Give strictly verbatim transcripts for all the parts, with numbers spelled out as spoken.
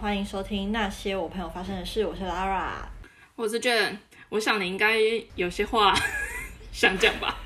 欢迎收听那些我朋友发生的事，我是 Lara， 我是 Jen。我想你应该有些话想讲吧。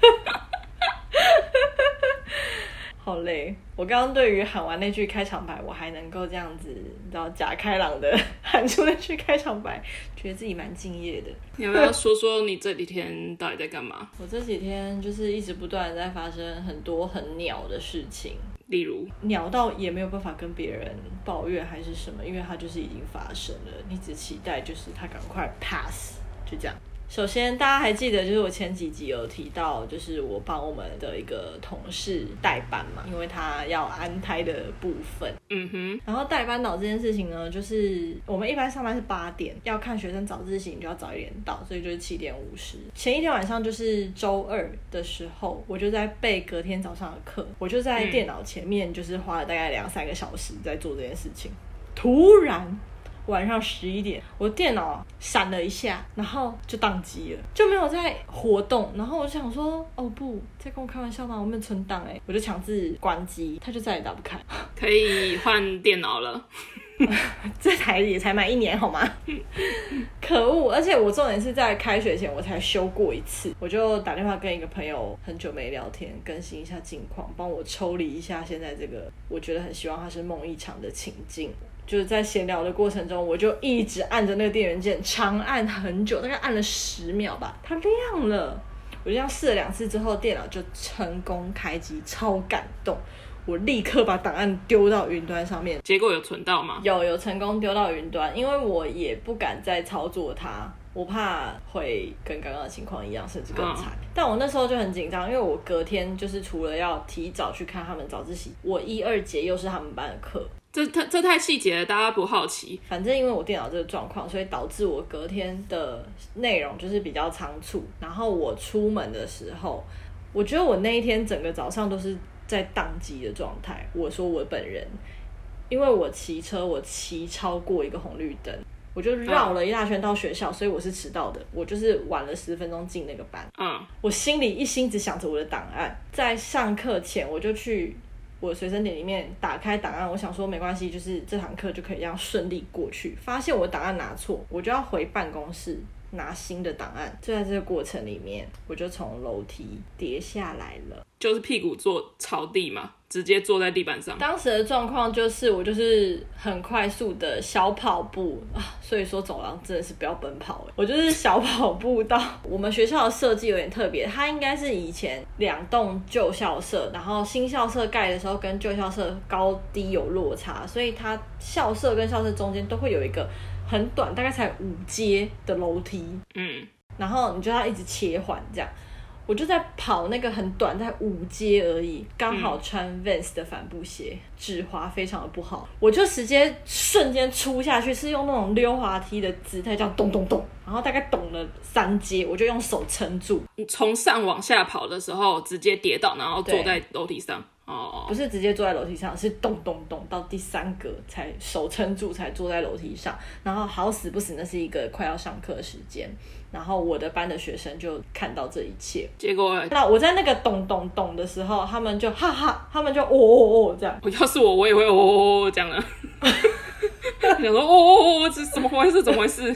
好累，我刚刚对于喊完那句开场白，我还能够这样子，你知道假开朗的喊出那句开场白，觉得自己蛮敬业的。 你要不要说说你这几天到底在干嘛？ 我这几天就是一直不断的在发生很多很鸟的事情， 例如鸟到也没有办法跟别人抱怨还是什么，因为它就是已经发生了，你只期待就是它赶快 pass， 就这样。首先大家还记得就是我前几集有提到，就是我帮我们的一个同事代班嘛，因为他要安胎的部分。 嗯哼。 然后代班导这件事情呢，就是我们一般上班是八点，要看学生早自习你就要早一点到，所以就是七点五十。前一天晚上就是周二的时候，我就在备隔天早上的课，我就在电脑前面就是花了大概两三个小时在做这件事情。突然晚上十一点，我的电脑闪了一下，然后就宕机了，就没有在活动。然后我就想说，哦不，在跟我开玩笑吗？我没有存档哎，我就强制关机，它就再也打不开。 可以换电脑了。 这台也才买一年好吗？可恶！而且我重点是在开学前我才修过一次，我就打电话跟一个朋友很久没聊天，更新一下近况，帮我抽离一下现在这个我觉得很希望它是梦一场的情境。就是在闲聊的过程中，我就一直按着那个电源键，长按很久，大概按了十秒吧，它亮了。我就这样试了两次之后，电脑就成功开机，超感动。我立刻把档案丢到云端上面， 结果有存到吗？ 有有成功丢到云端，因为我也不敢再操作它，我怕会跟刚刚的情况一样，甚至更惨。嗯、但我那时候就很紧张，因为我隔天就是除了要提早去看他们早自习，我一二节又是他们班的课。 这这太细节了，大家不好奇。 反正因为我电脑这个状况，所以导致我隔天的内容就是比较仓促。然后我出门的时候，我觉得我那一天整个早上都是在宕机的状态。我说我本人，因为我骑车，我骑超过一个红绿灯，我就绕了一大圈到学校，嗯、所以我是迟到的。我就是晚了十分钟进那个班。嗯，我心里一心只想着我的档案，在上课前我就去我的随身点里面打开档案，我想说没关系，就是这堂课就可以这样顺利过去。发现我档案拿错，我就要回办公室拿新的档案。就在这个过程里面，我就从楼梯跌下来了， 就是屁股坐草地嘛，直接坐在地板上。 当时的状况就是我就是很快速的小跑步啊，所以说走廊真的是不要奔跑，我就是小跑步到我们学校的设计有点特别，它应该是以前两栋旧校舍，然后新校舍盖的时候跟旧校舍高低有落差，所以它校舍跟校舍中间都会有一个很短，大概才五阶的楼梯，嗯，然后你就要一直切换这样。我就在跑那个很短，在五阶而已，刚好穿 Vans 的帆布鞋，指滑非常的不好，我就直接瞬间出下去，是用那种溜滑梯的姿态，这样咚咚咚，然后大概咚了三阶，我就用手撑住。 你从上往下跑的时候，直接跌倒，然后坐在楼梯上。哦， 不是直接坐在楼梯上，是咚咚咚到第三格才手撑住，才坐在楼梯上。然后好死不死，那是一个快要上课的时间，然后我的班的学生就看到这一切， 结果那我在那个咚咚咚的时候，他们就哈哈，他们就哦哦哦这样。 要是我，我也会哦哦哦这样了。想说哦哦哦，这怎么回事？怎么回事？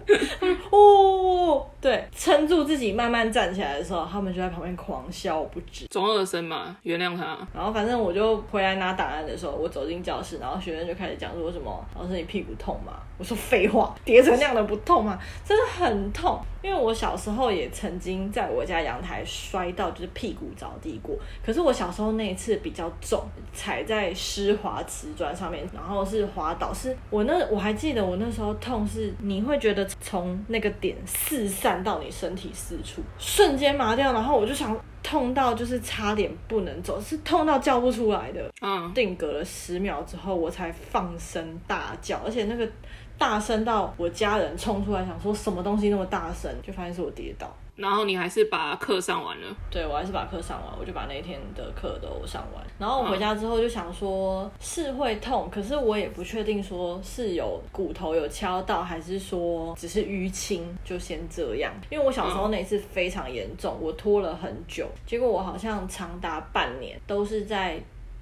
哦，对，撑住自己慢慢站起来的时候，他们就在旁边狂笑不止。 中二生嘛，原谅他。 然后反正我就回来拿档案的时候，我走进教室，然后学生就开始讲说什么，老师你屁股痛吗？我说废话，跌成那样的不痛吗？真的很痛，因为我小时候也曾经在我家阳台摔到，就是屁股着地过。可是我小时候那一次比较重，踩在湿滑瓷砖上面，然后是滑倒，是我那我还记得我那时候痛是你会觉得从那个点四散到你身体四处，瞬间麻掉，然后我就想痛到就是差点不能走，是痛到叫不出来的。嗯，定格了十秒之后，我才放声大叫，而且那个大声到我家人冲出来想说什么东西那么大声，就发现是我跌倒。 然后你还是把课上完了。 对，我还是把课上完，我就把那一天的课都上完。然后我回家之后就想说是会痛，可是我也不确定说是有骨头有敲到，还是说只是淤青，就先这样。因为我小时候那一次非常严重，我拖了很久，结果我好像长达半年都是在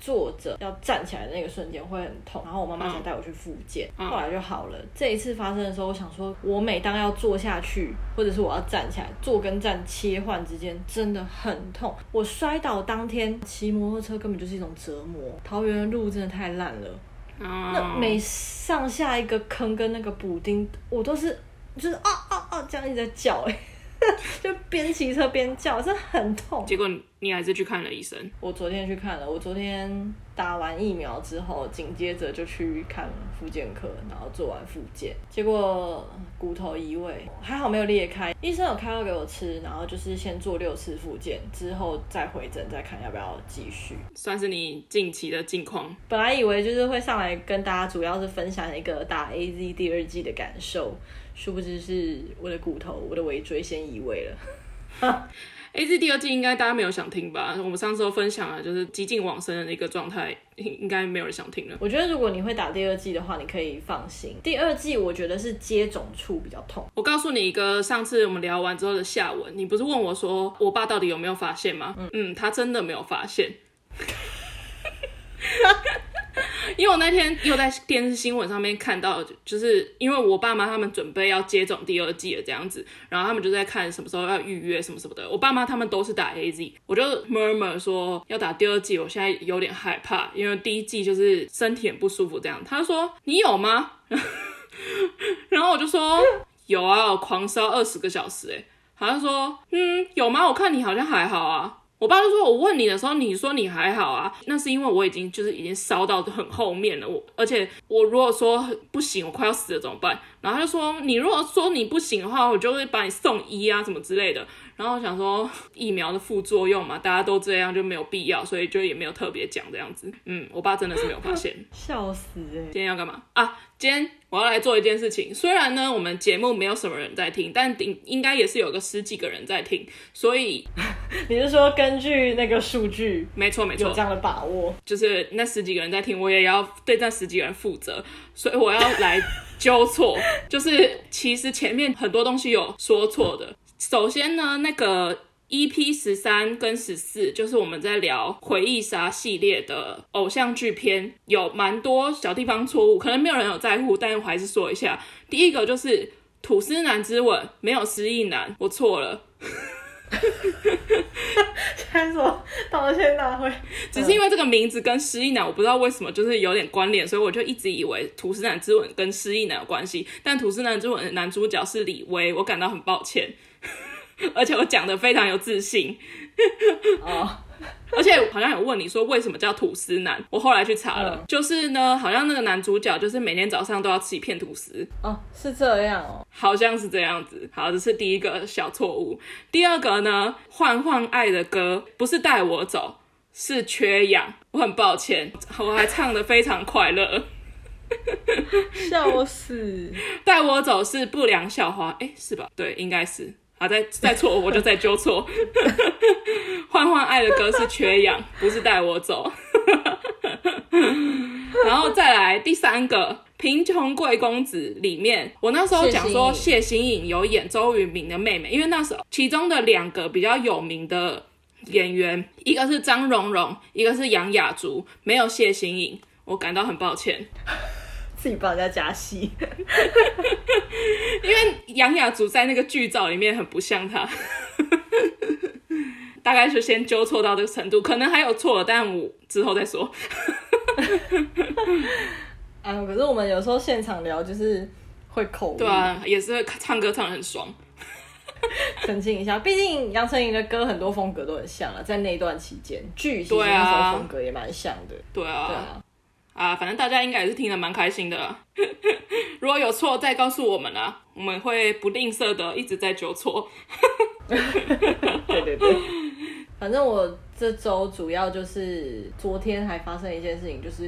坐着要站起来的那个瞬间会很痛，然后我妈妈才带我去复健、嗯、后来就好了。这一次发生的时候，我想说我每当要坐下去或者是我要站起来，坐跟站切换之间真的很痛。我摔倒当天骑摩托车根本就是一种折磨，桃园的路真的太烂了、嗯、那每上下一个坑跟那个补丁我都是就是啊啊啊这样一直在叫哎、欸就边骑车边叫，真的很痛。 结果你还是去看了医生？ 我昨天去看了，我昨天打完疫苗之后，紧接着就去看复健科，然后做完复健，结果骨头移位，还好没有裂开。医生有开药给我吃，然后就是先做六次复健，之后再回诊再看要不要继续。 算是你近期的近况。 本来以为就是会上来跟大家主要是分享一个打 A Z 第二剂的感受。殊不知是我的骨头，我的尾椎先移位了。 A Z 第二季应该大家没有想听吧？我们上次都分享了，就是激进往生的那个状态，应该没有人想听了。 我觉得如果你会打第二季的话，你可以放心。第二季我觉得是接种处比较痛。 我告诉你一个上次我们聊完之后的下文，你不是问我说我爸到底有没有发现吗？嗯, 嗯他真的没有发现。因为我那天又在电视新闻上面看到，就是因为我爸妈他们准备要接种第二剂了这样子，然后他们就在看什么时候要预约什么什么的。我爸妈他们都是打 A Z， 我就 murmur 说要打第二剂，我现在有点害怕，因为第一剂就是身体很不舒服这样。他就说你有吗？然后我就说有啊，我狂烧二十个小时哎。他就说嗯有吗？我看你好像还好啊。我爸就说我问你的时候你说你还好啊，那是因为我已经就是已经烧到很后面了，我而且我如果说不行我快要死了怎么办，然后他就说你如果说你不行的话我就会把你送医啊什么之类的，然后我想说疫苗的副作用嘛，大家都这样就没有必要，所以就也没有特别讲这样子。嗯，我爸真的是没有发现。 笑死欸。 今天要干嘛啊？今天我要来做一件事情，虽然呢我们节目没有什么人在听，但应该也是有个十几个人在听，所以你是说根据那个数据？ 没错没错， 有这样的把握， 就是那十几个人在听，我也要对那十几个人负责，所以我要来纠错。就是其实前面很多东西有说错的。首先呢，那个E P 十三跟十四就是我们在聊回忆杀系列的偶像剧篇，有蛮多小地方错误，可能没有人有在乎，但我还是说一下。第一个就是吐司男之吻没有失忆男，我错了。 现在说道歉大会， 只是因为这个名字跟失忆男我不知道为什么就是有点关联，所以我就一直以为吐司男之吻跟失忆男有关系，但吐司男之吻的男主角是李威，我感到很抱歉。而且我讲得非常有自信。 哦， 而且好像有问你说为什么叫吐司男，我后来去查了、嗯、就是呢好像那个男主角就是每天早上都要吃一片吐司。 哦，是这样哦， 好像是这样子。好，这是第一个小错误。第二个呢，换换爱的歌不是带我走，是缺氧，我很抱歉，我还唱得非常快乐。 笑死。 带我走是不良校花，诶是吧？对，应该是。好，再再错我就再纠错。换换爱的歌是缺氧，不是带我走。然后再来第三个，贫穷贵公子里面，我那时候讲说谢欣颖有演周渝民的妹妹，因为那时候其中的两个比较有名的演员，一个是张荣荣，一个是杨雅竹，没有谢欣颖，我感到很抱歉。 自己帮人家加戏。 因为杨雅竹在那个剧照里面很不像她。大概就先纠错到这个程度，可能还有错了，但我之后再说。 啊，可是我们有时候现场聊就是会口误。 对啊，也是唱歌唱得很爽。 澄清一下，毕竟杨丞琳的歌很多风格都很像啊，在那段期间剧其实那时候风格也蛮像的。 对啊，对啊，啊，反正大家应该也是听得蛮开心的啦。如果有错再告诉我们啦，我们会不吝啬的一直在纠错。 对对对，反正我这周主要就是昨天还发生一件事情，就是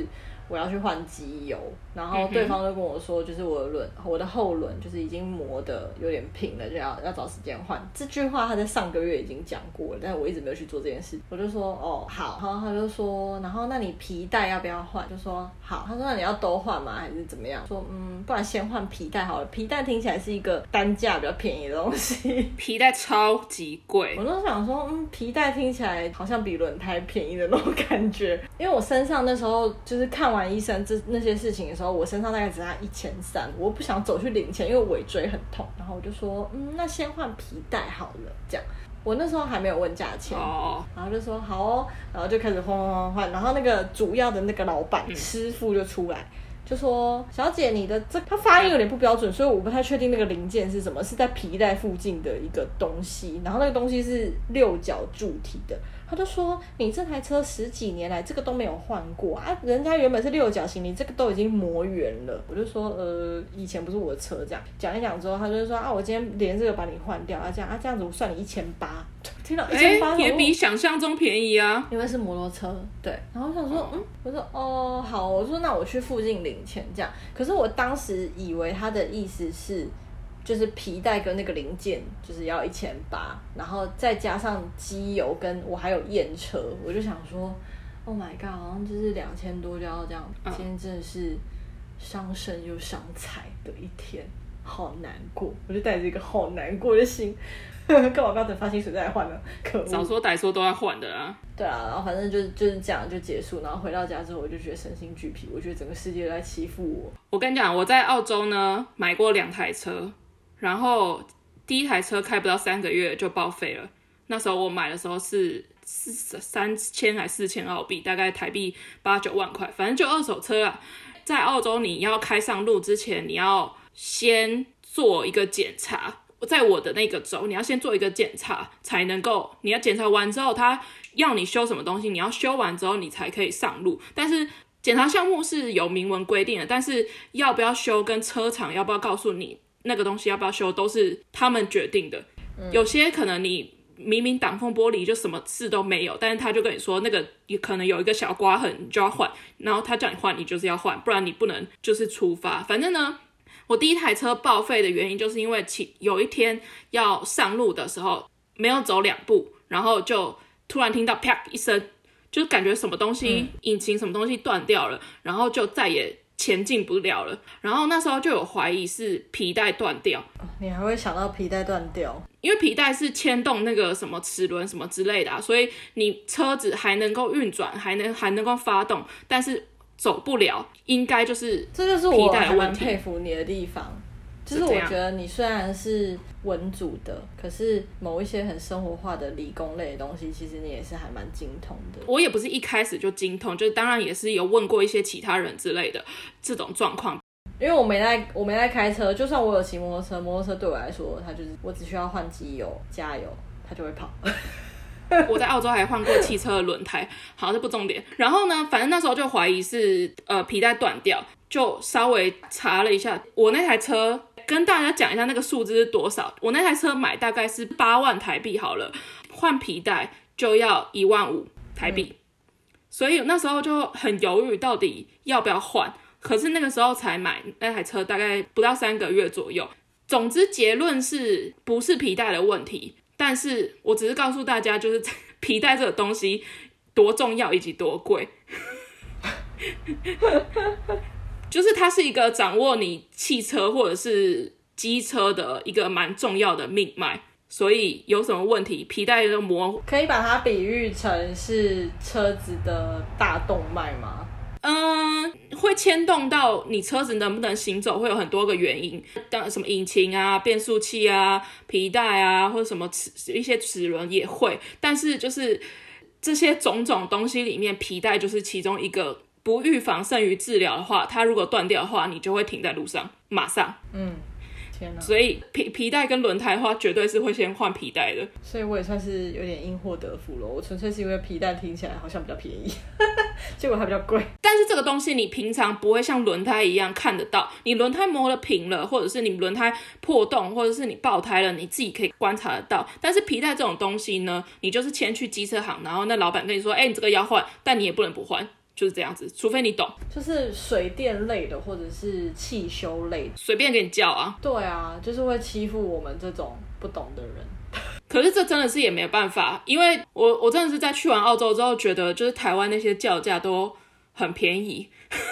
我要去换机油，然后对方就跟我说，就是我的轮我的后轮就是已经磨的有点平了，就要要找时间换。这句话他在上个月已经讲过了，但是我一直没有去做这件事。我就说哦好，然后他就说，然后那你皮带要不要换？就说好。他说那你要都换吗？还是怎么样？说嗯，不然先换皮带好了。皮带听起来是一个单价比较便宜的东西， 皮带超级贵。 我都想说，嗯，皮带听起来好像比轮胎便宜的那种感觉。因为我身上那时候就是看完医生这那些事情的时候，我身上大概只差一千三，我不想走去领钱，因为尾椎很痛。然后我就说，嗯，那先换皮带好了，这样。我那时候还没有问价钱， oh. 然后就说好哦，然后就开始换换换换，然后那个主要的那个老板、嗯、师傅就出来。就说小姐你的这他发音有点不标准，所以我不太确定那个零件是什么，是在皮带附近的一个东西，然后那个东西是六角柱体的。他就说你这台车十几年来这个都没有换过啊，人家原本是六角形，你这个都已经磨圆了。我就说呃以前不是我的车，这样讲一讲之后，他就说啊我今天连这个把你换掉啊，这样啊这样子我算你一千八。听到一千八也比想象中便宜啊， 因为是摩托车，对。然后我想说，哦、嗯，我说哦好，我说那我去附近领钱这样。可是我当时以为他的意思是，就是皮带跟那个零件就是要一千八，然后再加上机油跟我还有验车，我就想说 ，Oh my god， 好像就是两千多就要这样。嗯、今天真的是伤身又伤财的一天，好难过，我就带着一个好难过的心。干嘛不要等发薪水再来换呢？可恶！ 少说歹说都要换的啊。 对啊，然后反正就是就是这样就结束，然后回到家之后我就觉得身心俱疲，我觉得整个世界都在欺负我。 我跟你讲，我在澳洲呢买过两台车，然后第一台车开不到三个月就报废了。那时候我买的时候是三千还四千澳币，大概台币八九万块，反正就二手车啊。在澳洲你要开上路之前，你要先做一个检查。在我的那个州，你要先做一个检查才能够，你要检查完之后他要你修什么东西，你要修完之后你才可以上路。但是检查项目是有明文规定的，但是要不要修跟车厂要不要告诉你那个东西要不要修都是他们决定的。嗯、有些可能你明明挡风玻璃就什么事都没有，但是他就跟你说那个可能有一个小刮痕你就要换，然后他叫你换你就是要换，不然你不能就是出发。反正呢我第一台车报废的原因就是因为其有一天要上路的时候没有走两步，然后就突然听到啪一声，就感觉什么东西、嗯、引擎什么东西断掉了，然后就再也前进不了了。然后那时候就有怀疑是皮带断掉。 你还会想到皮带断掉？ 因为皮带是牵动那个什么齿轮什么之类的啊，所以你车子还能够运转，还能还能够发动，但是走不了，应该就是这就是我还蛮佩服你的地方。就是我觉得你虽然是文组的，可是某一些很生活化的理工类的东西，其实你也是还蛮精通的。 我也不是一开始就精通，就当然也是有问过一些其他人之类的这种状况。 因为我没在我没在开车，就算我有骑摩托车，摩托车对我来说，它就是我只需要换机油、加油，它就会跑。 我在澳洲还换过汽车的轮胎，好，这不重点。然后呢，反正那时候就怀疑是呃皮带断掉，就稍微查了一下，我那台车跟大家讲一下那个数字是多少。我那台车买大概是八万台币好了，换皮带就要一万五台币、嗯，所以那时候就很犹豫到底要不要换。可是那个时候才买那台车，大概不到三个月左右。总之结论是不是皮带的问题。但是我只是告诉大家，就是皮带这个东西多重要以及多贵，就是它是一个掌握你汽车或者是机车的一个蛮重要的命脉，所以有什么问题，皮带的膜可以把它比喻成是车子的大动脉吗？ 嗯，会牵动到你车子能不能行走，会有很多个原因，当什么引擎啊、变速器啊、皮带啊，或者什么一些齿轮也会。但是就是这些种种东西里面，皮带就是其中一个。不预防胜于治疗的话，它如果断掉的话，你就会停在路上，马上。嗯。天哪，所以皮皮带跟轮胎的话，绝对是会先换皮带的。 所以我也算是有点因祸得福了。我纯粹是因为皮带听起来好像比较便宜，结果还比较贵。 但是这个东西你平常不会像轮胎一样看得到，你轮胎磨了平了，或者是你轮胎破洞，或者是你爆胎了，你自己可以观察得到。但是皮带这种东西呢，你就是牵去机车行，然后那老板跟你说，哎、欸，你这个要换，但你也不能不换。 就是这样子，除非你懂， 就是水电类的或者是汽修类的， 随便给你叫啊。 对啊，就是会欺负我们这种不懂的人。 可是这真的是也没有办法，因为我我真的是在去完澳洲之后，觉得就是台湾那些叫价都很便宜，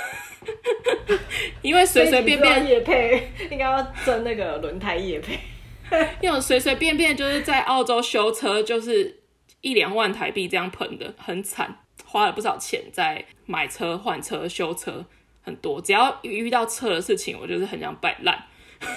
因为随随便便业配应该要争那个轮胎业配， 因为随随便便就是在澳洲修车就是一两万台币这样喷的，很惨，花了不少钱在买车、换车、修车，很多。只要遇到车的事情，我就是很想摆烂。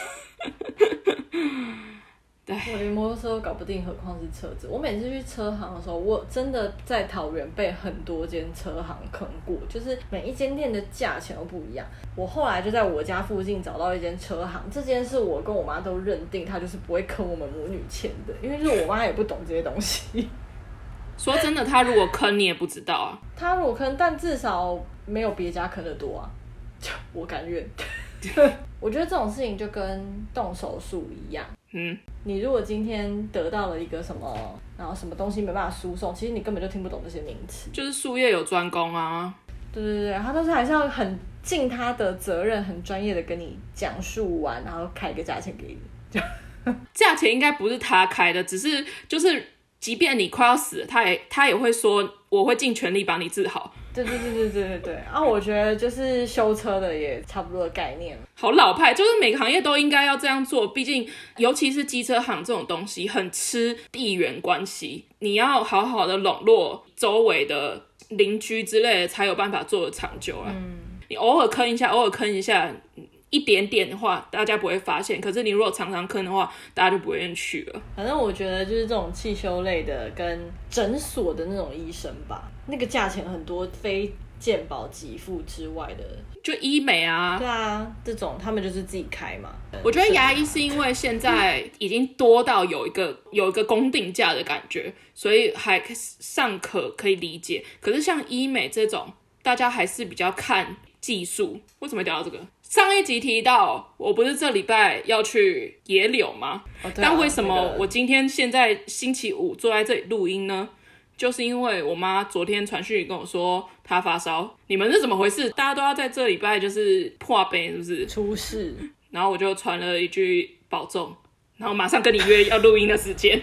我连摩托车都搞不定，何况是车子。我每次去车行的时候，我真的在桃园被很多间车行坑过，就是每一间店的价钱都不一样。我后来就在我家附近找到一间车行，这间是我跟我妈都认定它就是不会坑我们母女钱的，因为就是我妈也不懂这些东西。 说真的，他如果坑你也不知道啊。 他如果坑，但至少没有别家坑的多啊，我甘愿。我觉得这种事情就跟动手术一样。嗯，你如果今天得到了一个什么，然后什么东西没办法输送，其实你根本就听不懂这些名词。 就是术业有专攻啊。 对对对，他都是还是要很尽他的责任，很专业的跟你讲述完，然后开一个价钱给你。 价钱应该不是他开的，只是就是即便你快要死了，他也他也会说我会尽全力把你治好。 对对对对对对对，啊，我觉得就是修车的也差不多的概念。 好老派，就是每个行业都应该要这样做，毕竟尤其是机车行这种东西很吃地缘关系，你要好好的笼络周围的邻居之类的，才有办法做得长久啦。嗯，你偶尔坑一下，偶尔坑一下，一点点的话，大家不会发现。可是你如果常常坑的话，大家就不会愿意去了。 反正我觉得就是这种汽修类的跟诊所的那种医生吧，那个价钱很多，非健保给付之外的， 就医美啊， 对啊，这种他们就是自己开嘛。 我觉得牙医是因为现在已经多到有一个有一个公定价的感觉，所以还尚可可以理解。可是像医美这种，大家还是比较看技术。为什么聊到这个？上一集提到，我不是这礼拜要去野柳吗？哦对啊，但为什么我今天现在星期五坐在这里录音呢？就是因为我妈昨天传讯跟我说她发烧，你们是怎么回事？大家都要在这礼拜就是破杯，是不是？ 出事。 然后我就传了一句保重，然后马上跟你约要录音的时间。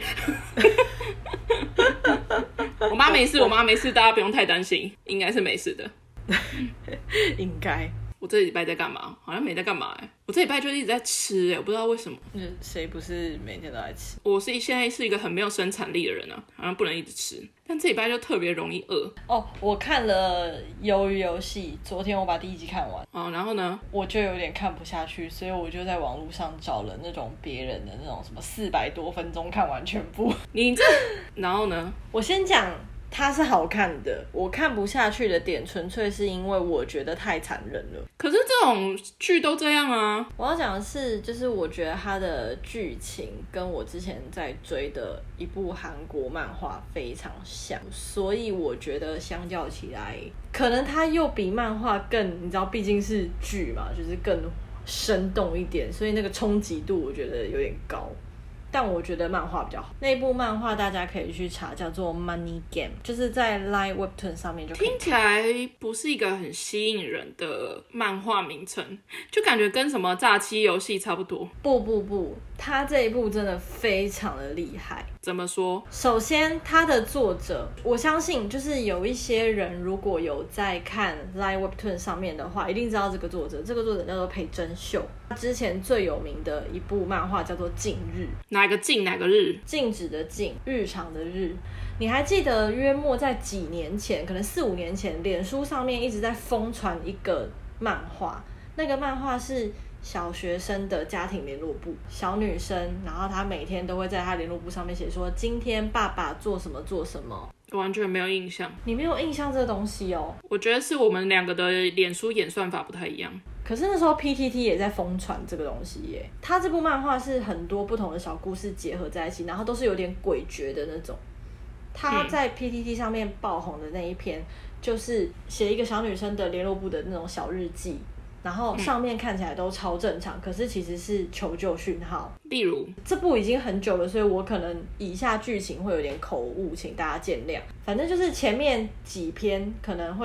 我妈没事，我妈没事，大家不用太担心，应该是没事的。 应该。 我这礼拜在干嘛？好像没在干嘛哎、欸。我这礼拜就一直在吃哎、欸，我不知道为什么。 谁不是每天都在吃？ 我是现在是一个很没有生产力的人啊，好像不能一直吃。但这礼拜就特别容易饿。 哦，我看了《鱿鱼游戏》，昨天我把第一集看完。 哦，然后呢？ 我就有点看不下去，所以我就在网络上找了那种别人的那种什么四百多分钟看完全部。 你这，然后呢？ 我先讲。它是好看的，我看不下去的点纯粹是因为我觉得太残忍了。 可是这种剧都这样啊。 我要讲的是，就是我觉得它的剧情跟我之前在追的一部韩国漫画非常像，所以我觉得相较起来，可能它又比漫画更，你知道，毕竟是剧嘛，就是更生动一点，所以那个冲击度我觉得有点高。但我觉得漫画比较好，那部漫画大家可以去查，叫做 Money Game， 就是在 Line Webtoon 上面就可以。 听起来不是一个很吸引人的漫画名称，就感觉跟什么诈欺游戏差不多。 不不不，他这一部真的非常的厉害。 怎么说？ 首先，他的作者，我相信就是有一些人如果有在看 Line Webtoon 上面的话，一定知道这个作者。这个作者叫做裴真秀，他之前最有名的一部漫画叫做《禁日》。 哪个禁哪个日？ 禁止的禁，日常的日。你还记得约莫在几年前，可能四五年前，脸书上面一直在疯传一个漫画，那个漫画是小学生的家庭联络簿，小女生，然后她每天都会在她联络簿上面写说今天爸爸做什么做什么。 完全没有印象。 你没有印象这个东西哦？ 我觉得是我们两个的脸书演算法不太一样。 可是那时候 P T T 也在疯传这个东西耶。它这部漫画是很多不同的小故事结合在一起，然后都是有点诡谲的那种。他在 P T T 上面爆红的那一篇，就是写一个小女生的联络簿的那种小日记，然后上面看起来都超正常，可是其实是求救讯号。 例如， 这部已经很久了，所以我可能以下剧情会有点口误，请大家见谅。反正就是前面几篇可能会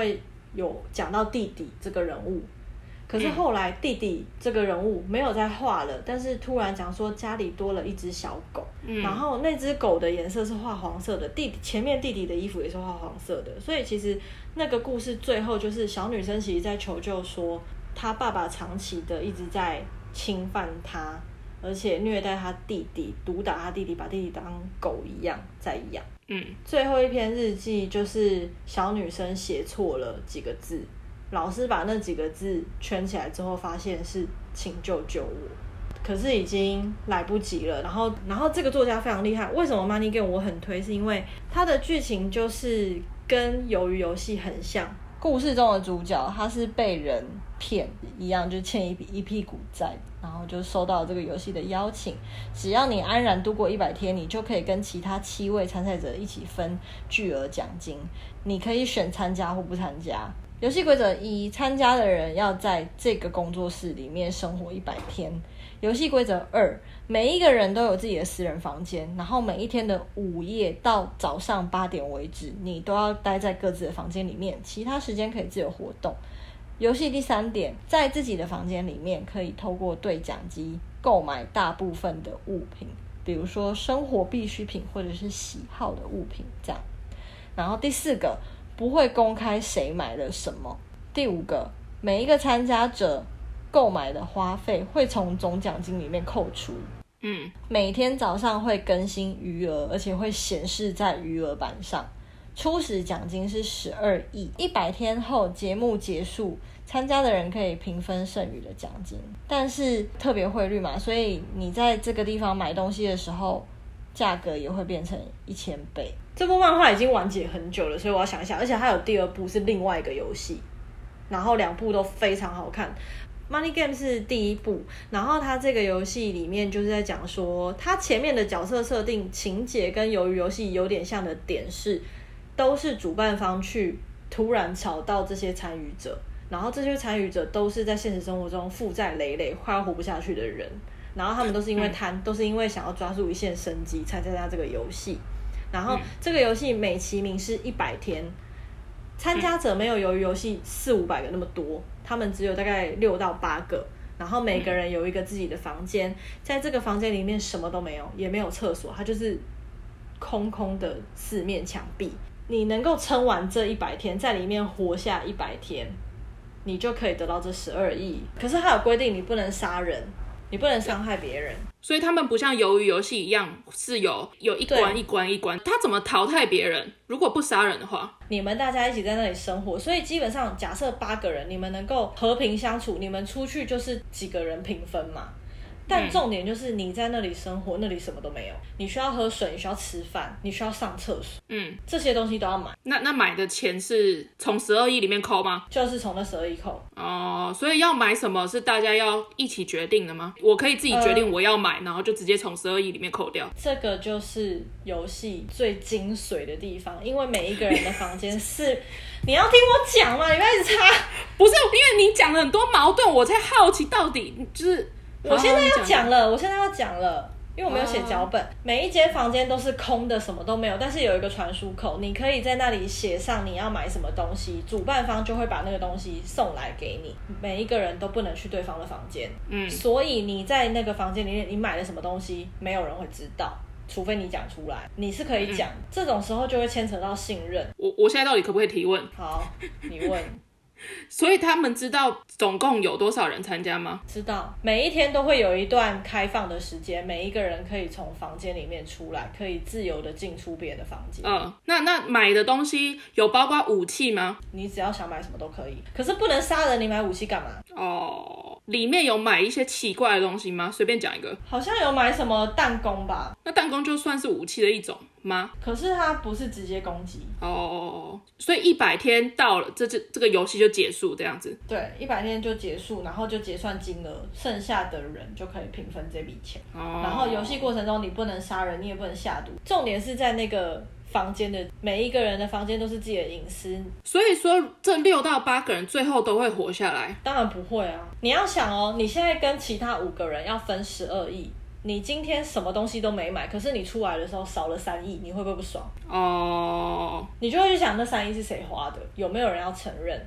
有讲到弟弟这个人物，可是后来弟弟这个人物没有再画了，但是突然讲说家里多了一只小狗，嗯、然后那只狗的颜色是画黄色的，弟弟前面弟弟的衣服也是画黄色的，所以其实那个故事最后就是小女生其实在求救说，她爸爸长期的一直在侵犯她，而且虐待她弟弟，毒打她弟弟，把弟弟当狗一样在养。嗯，最后一篇日记就是小女生写错了几个字。老师把那几个字圈起来之后，发现是请救救我，可是已经来不及了。然后，然后这个作家非常厉害，为什么 Money Game 我很推？是因为它的剧情就是跟鱿鱼游戏很像。故事中的主角他是被人骗一样，就欠一笔一屁股债，然后就收到这个游戏的邀请。只要你安然度过一百天，你就可以跟其他七位参赛者一起分巨额奖金。你可以选参加或不参加。游戏规则一：参加的人要在这个工作室里面生活一百天。游戏规则二：每一个人都有自己的私人房间，然后每一天的午夜到早上八点为止，你都要待在各自的房间里面，其他时间可以自由活动。游戏第三点：在自己的房间里面可以透过对讲机购买大部分的物品，比如说生活必需品或者是喜好的物品这样。然后第四个，不会公开谁买了什么。第五个，每一个参加者购买的花费会从总奖金里面扣除。嗯，每天早上会更新余额，而且会显示在余额板上。初始奖金是十二亿，一百天后节目结束，参加的人可以平分剩余的奖金。但是特别汇率嘛，所以你在这个地方买东西的时候，价格也会变成一千倍。这部漫画已经完结很久了，所以我要想一下，而且它有第二部是另外一个游戏，然后两部都非常好看。Money Game 是第一部，然后它这个游戏里面就是在讲说，它前面的角色设定情节跟鱿鱼游戏有点像的点是，都是主办方去突然找到这些参与者，然后这些参与者都是在现实生活中负债累累、快要活不下去的人，然后他们都是因为贪，都是因为想要抓住一线生机才参加这个游戏。然后这个游戏美其名是一百天，参加者没有鱿鱼游戏四五百个那么多，他们只有大概六到八个，然后每个人有一个自己的房间，在这个房间里面什么都没有，也没有厕所，它就是空空的四面墙壁。你能够撑完这一百天，在里面活下一百天，你就可以得到这十二亿。可是它有规定，你不能杀人，你不能伤害别人。 所以他们不像鱿鱼游戏一样是有有一关一关一关，他怎么淘汰别人？如果不杀人的话， 你们大家一起在那里生活，所以基本上假设八个人，你们能够和平相处，你们出去就是几个人平分嘛。但重点就是你在那里生活，那里什么都没有，你需要喝水，你需要吃饭，你需要上厕所，嗯，这些东西都要买。 那那买的钱是从十二亿里面扣吗？ 就是从那十二亿扣。 哦，所以要买什么是大家要一起决定的吗？我可以自己决定我要买，呃、然后就直接从十二亿里面扣掉。 这个就是游戏最精髓的地方，因为每一个人的房间是你要听我讲嘛，你不要一直插。 不是，因为你讲了很多矛盾，我才好奇到底就是。 我现在要讲了，我现在要讲了，因为我没有写脚本。每一间房间都是空的，什么都没有，但是有一个传输口，你可以在那里写上你要买什么东西，主办方就会把那个东西送来给你。每一个人都不能去对方的房间，嗯，所以你在那个房间里面，你买了什么东西，没有人会知道。除非你讲出来，你是可以讲、嗯，这种时候就会牵扯到信任。 我我现在到底可不可以提问？ 好，你问。 所以他们知道总共有多少人参加吗？ 知道，每一天都会有一段开放的时间，每一个人可以从房间里面出来，可以自由的进出别人的房间。 嗯，那那买的东西有包括武器吗？ 你只要想买什么都可以，可是不能杀人，你买武器干嘛？ 哦，里面有买一些奇怪的东西吗？随便讲一个。 好像有买什么弹弓吧？ 那弹弓就算是武器的一种吗？ 可是它不是直接攻击哦，所以一百天到了，这这这个游戏就结束这样子。 对，一百天就结束，然后就结算金额，剩下的人就可以平分这笔钱。哦，然后游戏过程中你不能杀人，你也不能下毒，重点是在那个房间的每一个人的房间都是自己的隐私。 所以说这六到八个人最后都会活下来？ 当然不会啊！你要想哦，你现在跟其他五个人要分十二亿。你今天什么东西都没买，可是你出来的时候少了三亿，你会不会不爽？哦， oh. 你就会去想那三亿是谁花的，有没有人要承认？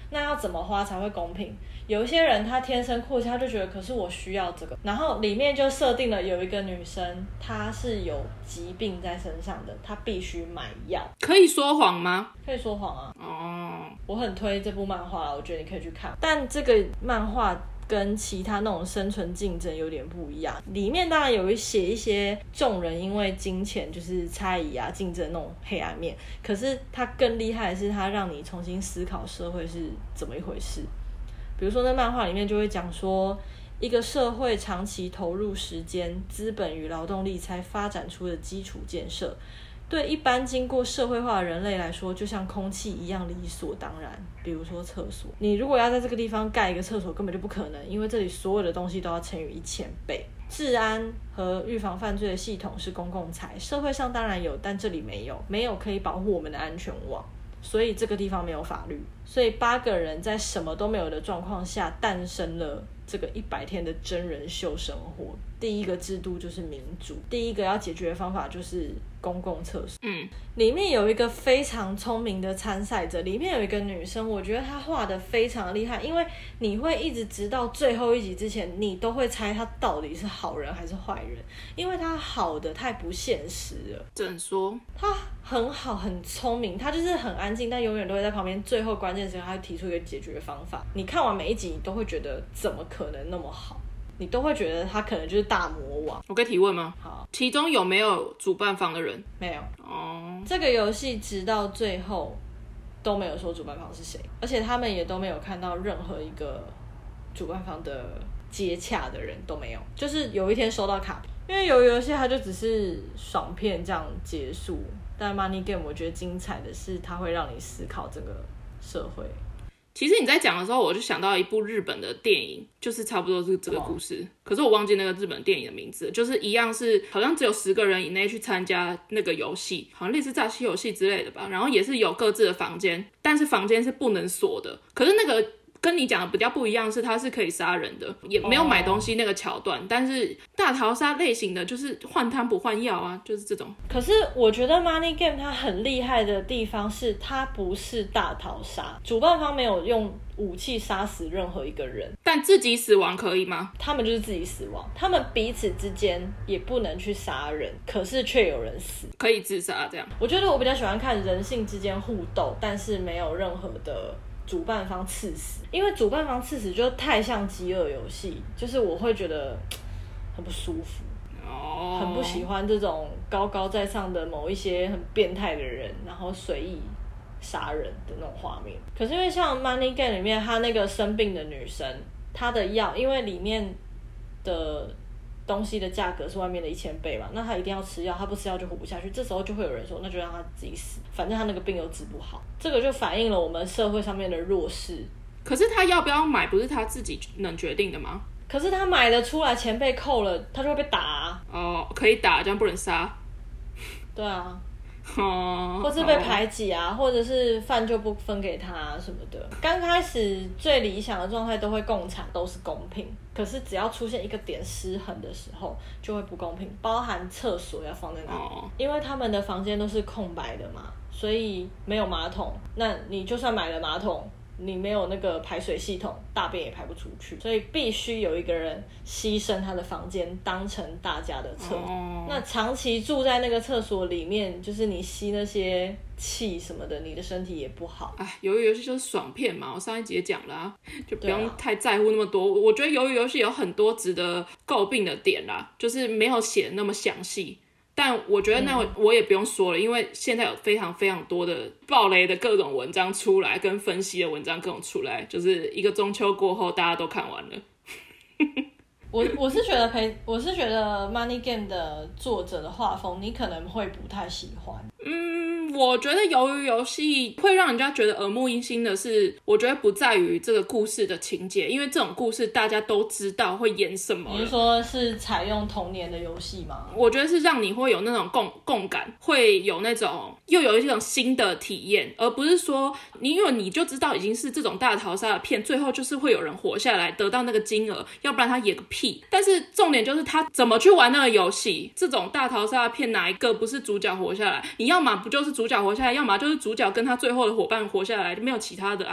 那要怎么花才会公平？有一些人他天生阔气，他就觉得可是我需要这个，然后里面就设定了有一个女生她是有疾病在身上的，她必须买药。 可以说谎吗？ 可以说谎啊。 哦， 我很推这部漫画啦，我觉得你可以去看。但这个漫画跟其他那种生存竞争有点不一样，里面当然有写一些众人因为金钱就是猜疑啊竞争那种黑暗面，可是它更厉害的是它让你重新思考社会是怎么一回事。比如说在漫画里面就会讲说，一个社会长期投入时间、资本与劳动力才发展出的基础建设，对一般经过社会化的人类来说，就像空气一样理所当然。比如说厕所，你如果要在这个地方盖一个厕所，根本就不可能，因为这里所有的东西都要乘以一千倍。治安和预防犯罪的系统是公共财，社会上当然有，但这里没有，没有可以保护我们的安全网，所以这个地方没有法律。所以八个人在什么都没有的状况下诞生了这个一百天的真人秀生活。第一个制度就是民主，第一个要解决的方法就是公共厕所。 嗯， 里面有一个非常聪明的参赛者，里面有一个女生，我觉得她画得非常厉害，因为你会一直直到最后一集之前，你都会猜她到底是好人还是坏人，因为她好的太不现实了。 怎说？ 她很好，很聪明，她就是很安静，但永远都会在旁边。最后关键时刻，她会提出一个解决方法。你看完每一集，你都会觉得怎么可能那么好？你都会觉得他可能就是大魔王。 我可以提问吗？ 好， 其中有没有主办方的人？ 没有。 哦， 这个游戏直到最后都没有说主办方是谁，而且他们也都没有看到任何一个主办方的接洽的人都没有。就是有一天收到卡，因为有游戏它就只是爽片这样结束，但 Money Game 我觉得精彩的是它会让你思考这个社会。 其实你在讲的时候，我就想到一部日本的电影，就是差不多是这个故事，可是我忘记那个日本电影的名字，就是一样是好像只有十个人以内去参加那个游戏，好像类似诈欺游戏之类的吧，然后也是有各自的房间，但是房间是不能锁的，可是那个跟你讲的比较不一样，是它是可以杀人的，也没有买东西那个桥段， oh. 但是大逃杀类型的就是换汤不换药啊，就是这种。 可是我觉得 Money Game 它很厉害的地方是它不是大逃杀，主办方没有用武器杀死任何一个人， 但自己死亡可以吗？ 他们就是自己死亡，他们彼此之间也不能去杀人，可是却有人死， 可以自杀这样。 我觉得我比较喜欢看人性之间互斗，但是没有任何的主办方刺死，因为主办方刺死就太像饥饿游戏，就是我会觉得很不舒服， 哦， 很不喜欢这种高高在上的某一些很变态的人，然后随意杀人的那种画面。可是因为像 Money Game 里面，她那个生病的女生，她的药，因为里面的东西的价格是外面的一千倍嘛，那他一定要吃药，他不吃药就活不下去。这时候就会有人说，那就让他自己死，反正他那个病又治不好。这个就反映了我们社会上面的弱势。 可是他要不要买，不是他自己能决定的吗？ 可是他买了出来，钱被扣了，他就会被打啊。 哦，可以打，这样不能杀。 对啊。 哦， 或是被排挤啊，或者是饭就不分给他啊什么的。刚开始最理想的状态都会共产，都是公平。可是只要出现一个点失衡的时候，就会不公平。包含厕所要放在哪里，哦，因为他们的房间都是空白的嘛，所以没有马桶。那你就算买了马桶，你没有那个排水系统，大便也排不出去，所以必须有一个人牺牲他的房间当成大家的厕所。Oh. 那长期住在那个厕所里面，就是你吸那些气什么的，你的身体也不好。 哎，鱿鱼游戏就是爽片嘛，我上一集也讲了啊，就不用太在乎那么多。啊，我觉得鱿鱼游戏有很多值得诟病的点啦，就是没有写那么详细。但我觉得那我也不用说了，嗯，因为现在有非常非常多的爆雷的各种文章出来，跟分析的文章各种出来，就是一个中秋过后大家都看完了。 我我是觉得陪，我是觉得 Money Game 的作者的画风，你可能会不太喜欢。 嗯，我觉得鱿鱼游戏会让人家觉得耳目一新的是，我觉得不在于这个故事的情节，因为这种故事大家都知道会演什么了。 你是说是采用童年的游戏吗？ 我觉得是让你会有那种共共感，会有那种又有一种新的体验，而不是说你因为你就知道已经是这种大逃杀的片，最后就是会有人活下来得到那个金额，要不然他演个屁。但是重点就是他怎么去玩那个游戏，这种大逃杀的片哪一个不是主角活下来？你要么不就是主角活下来，要么就是主角跟他最后的伙伴活下来，就没有其他的啊。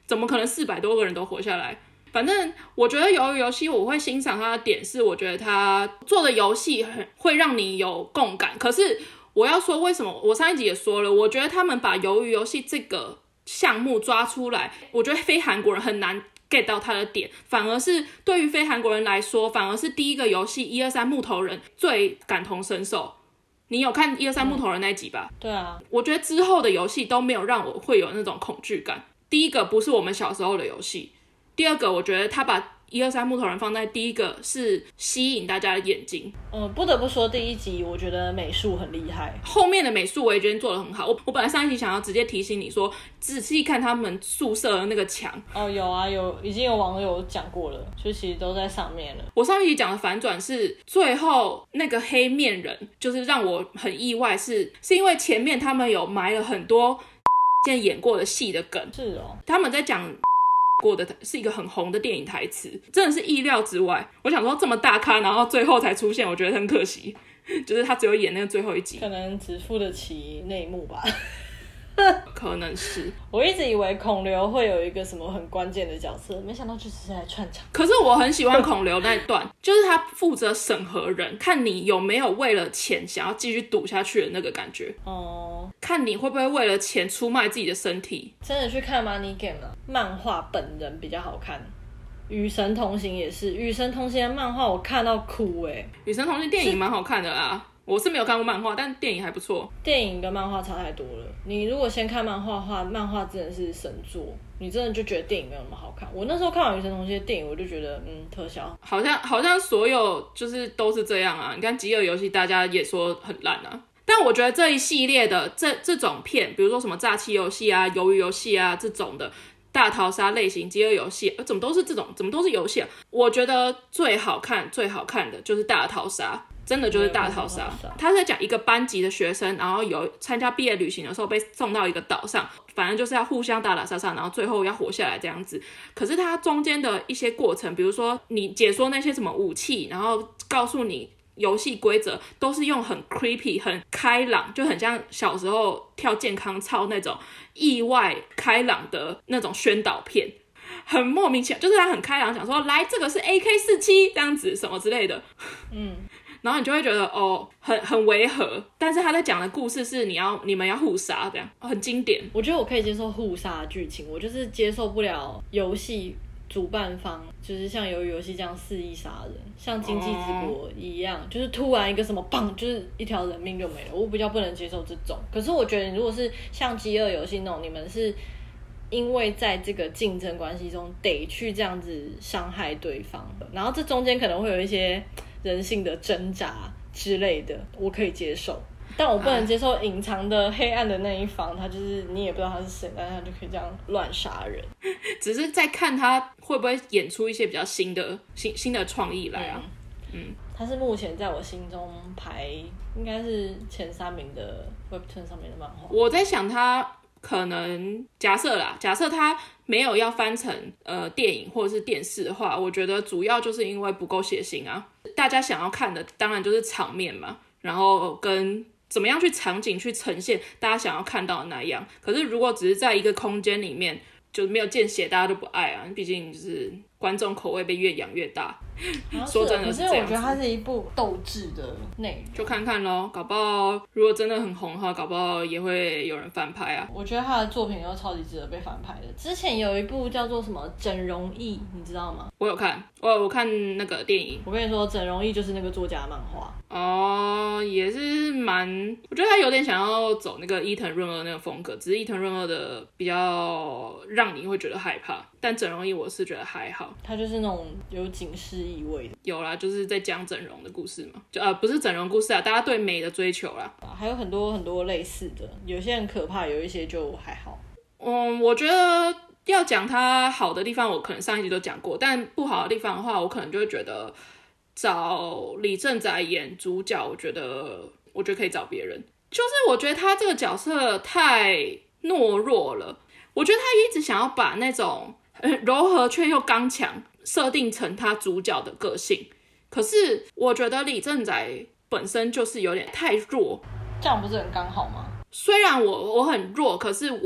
怎么可能四百多个人都活下来？反正我觉得鱿鱼游戏我会欣赏它的点是，我觉得它做的游戏很会让你有共感。可是我要说为什么，我上一集也说了，我觉得他们把鱿鱼游戏这个项目抓出来，我觉得非韩国人很难 get 到它的点，反而是对于非韩国人来说，反而是第一个游戏一二三木头人最感同身受。你有看一二三木头人那一集吧？ 嗯，对啊， 我觉得之后的游戏都没有让我会有那种恐惧感。第一个不是我们小时候的游戏，第二个我觉得他把一二三木头人放在第一个是吸引大家的眼睛。 嗯，不得不说第一集我觉得美术很厉害， 后面的美术我也觉得做得很好。我我本来上一集想要直接提醒你说，仔细看他们宿舍的那个墙。 哦，有啊，有，已经有网友讲过了，就其实都在上面了。 我上一集讲的反转是最后那个黑面人，就是让我很意外是，是因为前面他们有埋了很多现在演过的戏的梗。 是哦， 他们在讲过的是一个很红的电影台词，真的是意料之外。我想说这么大咖，然后最后才出现，我觉得很可惜，就是他只有演那个最后一集， 可能只付得起内幕吧。 可能是。 我一直以为孔刘会有一个什么很关键的角色，没想到就只是来串场。 可是我很喜欢孔刘那一段，就是他负责审核人，看你有没有为了钱想要继续赌下去的那个感觉。 哦， 看你会不会为了钱出卖自己的身体。 真的去看 Money Game 了，漫画本人比较好看。与神同行也是，与神同行的漫画我看到哭哎、欸。 与神同行电影蛮好看的啦，我是没有看过漫画，但电影还不错。 电影跟漫画差太多了。你如果先看漫画的话，漫画真的是神作，你真的就觉得电影没有那么好看。我那时候看完《与神同行》的电影，我就觉得，嗯，特效好像好像所有就是都是这样啊。你看《饥饿游戏》，大家也说很烂啊。但我觉得这一系列的这这种片，比如说什么诈欺游戏啊、鱿鱼游戏啊这种的。大逃杀类型饥饿游戏，怎么都是这种，怎么都是游戏啊？我觉得最好看、最好看的就是大逃杀，真的就是大逃杀。他是在讲一个班级的学生，然后有参加毕业旅行的时候被送到一个岛上，反正就是要互相打打杀杀，然后最后要活下来这样子。可是他中间的一些过程，比如说你解说那些什么武器，然后告诉你游戏规则，都是用很 creepy 很开朗，就很像小时候跳健康操那种意外开朗的那种宣导片，很莫名其妙，就是他很开朗讲说来这个是 A K 四十七 这样子什么之类的，嗯，然后你就会觉得哦很很违和，但是他在讲的故事是你要你们要互杀这样，很经典。 我觉得我可以接受互杀的剧情，我就是接受不了游戏主办方就是像鱿鱼游戏这样肆意杀人，像经济之国一样， oh. 就是突然一个什么棒，就是一条人命就没了，我比较不能接受这种。可是我觉得如果是像饥饿游戏那种，你们是因为在这个竞争关系中得去这样子伤害对方，然后这中间可能会有一些人性的挣扎之类的，我可以接受。但我不能接受隐藏的黑暗的那一方，他就是你也不知道他是谁，但是他就可以这样乱杀人。 只是在看他会不会演出一些比较新的新新的创意来啊。嗯，嗯他是目前在我心中排应该是前三名的 Webtoon 上面的漫画。 我在想他可能假设啦，假设他没有要翻成呃电影或者是电视的话，我觉得主要就是因为不够血腥啊。大家想要看的当然就是场面嘛，然后跟怎么样去场景去呈现大家想要看到的那样。可是如果只是在一个空间里面就没有见血，大家都不爱啊，毕竟就是观众口味被越养越大。 啊、 说真的是这样子， 可是我觉得它是一部斗智的内容， 就看看咯，搞不好如果真的很红的话，搞不好也会有人翻拍啊。 我觉得他的作品都超级值得被翻拍的。之前有一部叫做什么《整容艺》，你知道吗？ 我有看，我我看那个电影。 我跟你说，《整容艺》就是那个作家漫画哦，也是蛮，我觉得他有点想要走那个伊藤润二那个风格，只是伊藤润二的比较让你会觉得害怕，但整容艺我是觉得还好。 他就是那种有警示意味的。 有啦，就是在讲整容的故事嘛，就呃不是整容故事啊，大家对美的追求啦。 还有很多很多类似的，有些很可怕，有一些就还好。 嗯，我觉得要讲它好的地方，我可能上一集都讲过，但不好的地方的话，我可能就会觉得找李正宰演主角，我觉得我觉得可以找别人。就是我觉得他这个角色太懦弱了，我觉得他一直想要把那种柔和却又刚强设定成他主角的个性，可是我觉得李正宰本身就是有点太弱。 这样不是很刚好吗？ 虽然我我很弱，可是我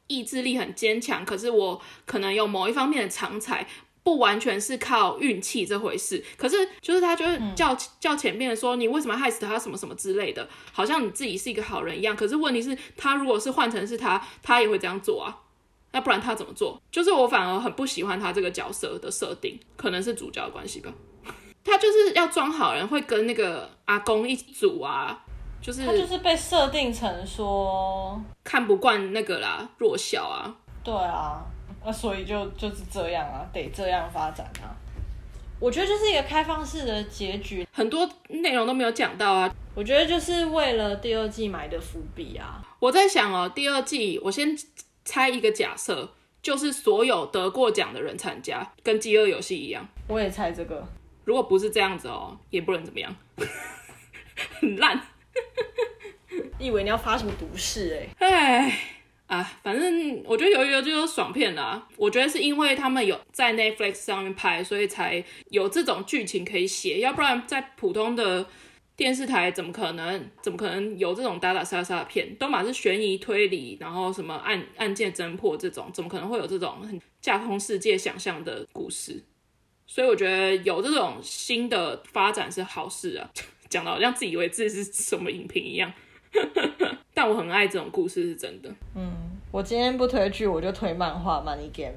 意志力很坚强，可是我可能有某一方面的长才，不完全是靠运气这回事。可是就是他就会叫、嗯、叫前面说你为什么害死他什么什么之类的，好像你自己是一个好人一样。可是问题是他如果是换成是他，他也会这样做啊。那不然他怎么做？就是我反而很不喜欢他这个角色的设定，可能是主角的关系吧。他就是要装好人，会跟那个阿公一组啊，就是他就是被设定成说看不惯那个啦，弱小啊。 对啊，那所以就就是这样啊，得这样发展啊。我觉得就是一个开放式的结局， 很多内容都没有讲到啊。 我觉得就是为了第二季埋的伏笔啊。 我在想哦，第二季我先猜一个假设，就是所有得过奖的人参加，跟饥饿游戏一样。 我也猜这个。 如果不是这样子哦，也不能怎么样，很烂。 以为你要发什么毒誓哎、欸？哎啊，反正我觉得《鱿鱼游戏》就是爽片啦。我觉得是因为他们有在 Netflix 上面拍，所以才有这种剧情可以写，要不然在普通的电视台怎么可能怎么可能有这种打打杀杀的片？都嘛是悬疑推理，然后什么案案件侦破这种，怎么可能会有这种很架空世界想象的故事？所以我觉得有这种新的发展是好事啊。讲到好像自以为自己是什么影评一样。但我很爱这种故事，是真的。 嗯，我今天不推剧，我就推漫画《Money Game》。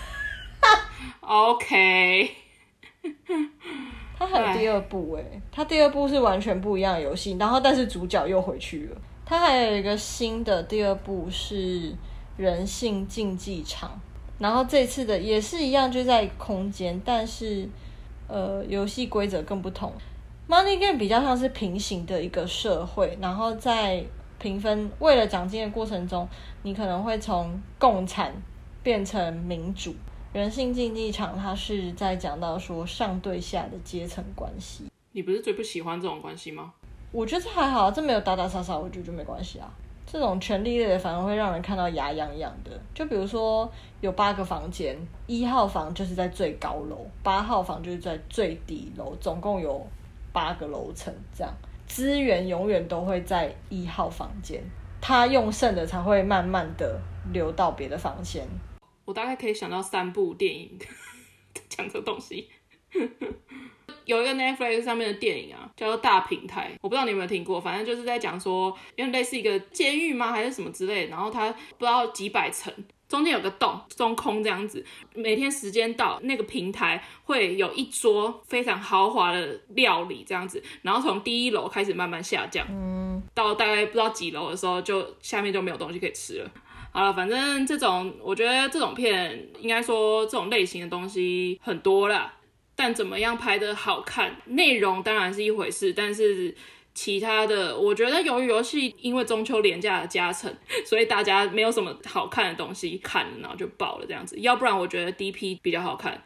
OK。 它还有第二部哎、欸，它第二部是完全不一样的游戏，然后但是主角又回去了。它还有一个新的第二部是人性竞技场，然后这次的也是一样，就在空间，但是呃，游戏规则更不同。Money Game 比较像是平行的一个社会，然后在评分为了奖金的过程中，你可能会从共产变成民主。人性竞技场它是在讲到说上对下的阶层关系。 你不是最不喜欢这种关系吗？ 我觉得这还好，这没有打打杀杀，我觉得就没关系啊。这种权力类的反而会让人看到牙痒痒的。就比如说有八个房间，一号房就是在最高楼，八号房就是在最低楼，总共有八个楼层，这样资源永远都会在一号房间，他用剩的才会慢慢的流到别的房间。 我大概可以想到三部电影讲这东西。有一个 Netflix 上面的电影啊，叫做《大平台》，我不知道你有没有听过，反正就是在讲说，因为类似一个监狱吗，还是什么之类的，然后它不知道几百层，中间有个洞，中空这样子。每天时间到，那个平台会有一桌非常豪华的料理这样子，然后从第一楼开始慢慢下降，嗯，到大概不知道几楼的时候，就下面就没有东西可以吃了。好了，反正这种我觉得这种片应该说这种类型的东西很多啦，但怎么样拍得好看，内容当然是一回事，但是其他的我觉得鱿鱼游戏因为中秋连假的加成，所以大家没有什么好看的东西看了，然后就爆了这样子。要不然我觉得 D P 比较好看。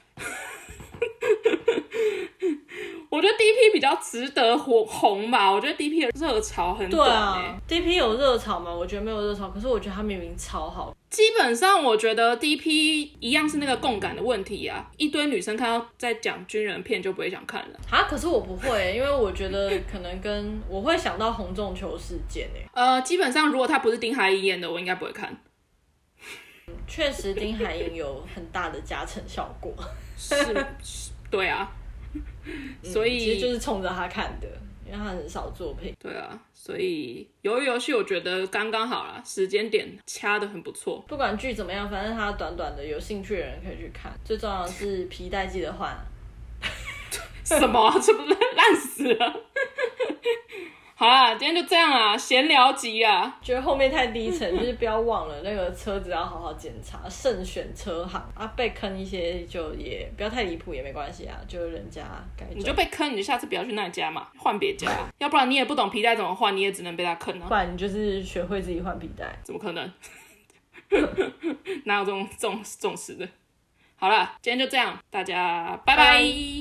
我觉得 D P 比较值得红吧，我觉得 D P 的热潮很短、欸、对啊 D P 有热潮吗？我觉得没有热潮，可是我觉得它明明超好。 基本上我觉得 D P 一样是那个共感的问题啊，一堆女生看到在讲军人片就不会想看了啊。可是我不会，因为我觉得可能跟我会想到洪仲丘事件诶、 欸。呃，基本上如果他不是丁海寅演的，我应该不会看。 确实，丁海寅有很大的加成效果。 是，对啊。所以、 嗯、其实就是冲着他看的，因为他很少作品。 对啊，所以鱿鱼游戏我觉得刚刚好啦，时间点掐得很不错。 不管剧怎么样，反正它短短的，有兴趣的人可以去看。最重要的是皮带记得换。 什么、啊？这不是烂死了？好啦，今天就这样啦，闲聊集啊。 觉得后面太低沉，就是不要忘了那个车子要好好检查，慎选车行啊。被坑一些就也不要太离谱，也没关系啊，就人家该你就被坑，你就下次不要去那家嘛，换别家。要不然你也不懂皮带怎么换，你也只能被他坑啊。 不然你就是学会自己换皮带， 怎么可能？哪有这种这种这种事的？好啦，今天就这样，大家拜拜。拜拜。